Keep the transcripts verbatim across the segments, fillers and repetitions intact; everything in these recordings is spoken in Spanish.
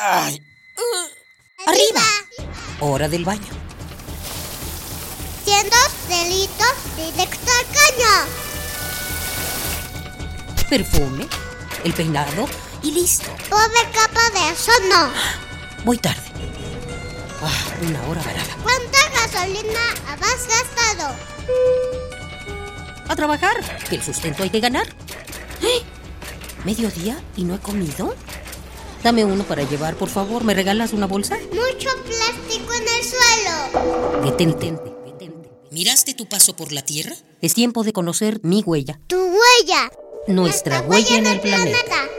Ay. Uh. ¡Arriba! Hora del baño. Siendo delitos directo al caño. Perfume, el peinado y listo. Pobre capa de eso no. Voy tarde. Ah, una hora varada. ¿Cuánta gasolina has gastado? A trabajar, que el sustento hay que ganar. ¿Eh? ¿Mediodía y no he comido? Dame uno para llevar, por favor. ¿Me regalas una bolsa? Mucho plástico en el suelo. Detente, detente. ¿Miraste tu paso por la Tierra? Es tiempo de conocer mi huella. Tu huella. Nuestra huella en el planeta.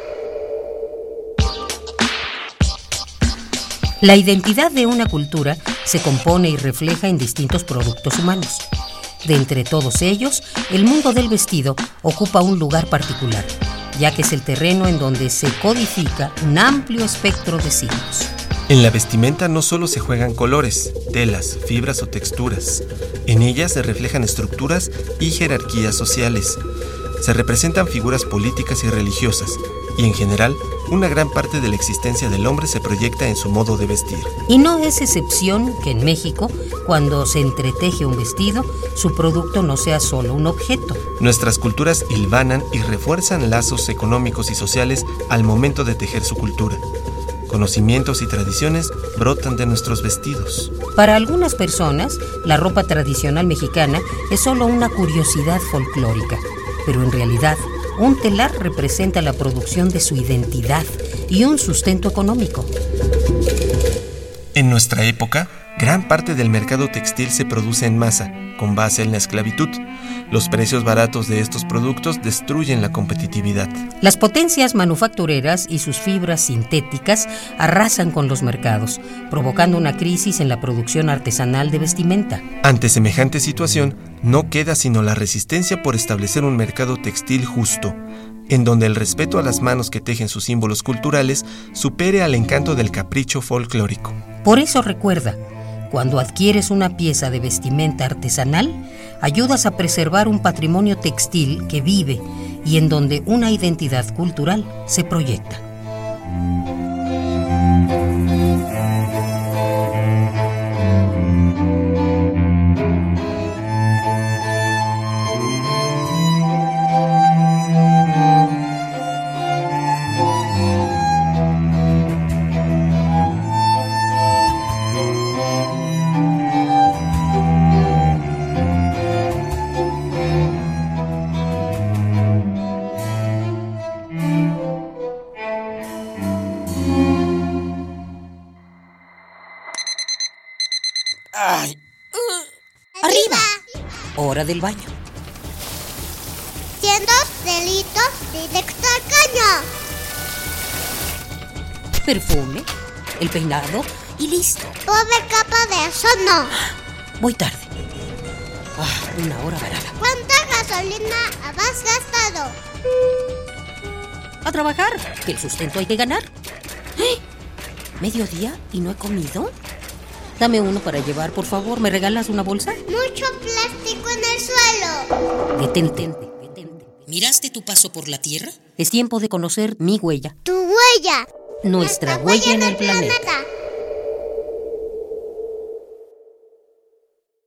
La identidad de una cultura se compone y refleja en distintos productos humanos. De entre todos ellos, el mundo del vestido ocupa un lugar particular, ya que es el terreno en donde se codifica un amplio espectro de signos. En la vestimenta no solo se juegan colores, telas, fibras o texturas. En ellas se reflejan estructuras y jerarquías sociales. Se representan figuras políticas y religiosas, y en general, una gran parte de la existencia del hombre se proyecta en su modo de vestir. Y no es excepción que en México, cuando se entreteje un vestido, su producto no sea solo un objeto. Nuestras culturas hilvanan y refuerzan lazos económicos y sociales al momento de tejer su cultura. Conocimientos y tradiciones brotan de nuestros vestidos. Para algunas personas, la ropa tradicional mexicana es solo una curiosidad folclórica, pero en realidad, un telar representa la producción de su identidad y un sustento económico. En nuestra época, gran parte del mercado textil se produce en masa, con base en la esclavitud. Los precios baratos de estos productos destruyen la competitividad. Las potencias manufactureras y sus fibras sintéticas arrasan con los mercados, provocando una crisis en la producción artesanal de vestimenta. Ante semejante situación, no queda sino la resistencia por establecer un mercado textil justo, en donde el respeto a las manos que tejen sus símbolos culturales supere al encanto del capricho folclórico. Por eso recuerda, cuando adquieres una pieza de vestimenta artesanal, ayudas a preservar un patrimonio textil que vive y en donde una identidad cultural se proyecta. Ay. Uh. ¡Arriba! Hora del baño. Siendo delitos directo al caño. Perfume, el peinado y listo. Pobre capa de eso no. Voy tarde. Ah, una hora varada. ¿Cuánta gasolina has gastado? A trabajar, que el sustento hay que ganar. ¿Eh? ¿Mediodía y no he comido? Dame uno para llevar, por favor. ¿Me regalas una bolsa? Mucho plástico en el suelo. Detente, detente. ¿Miraste tu paso por la Tierra? Es tiempo de conocer mi huella. Tu huella. Nuestra huella en el planeta.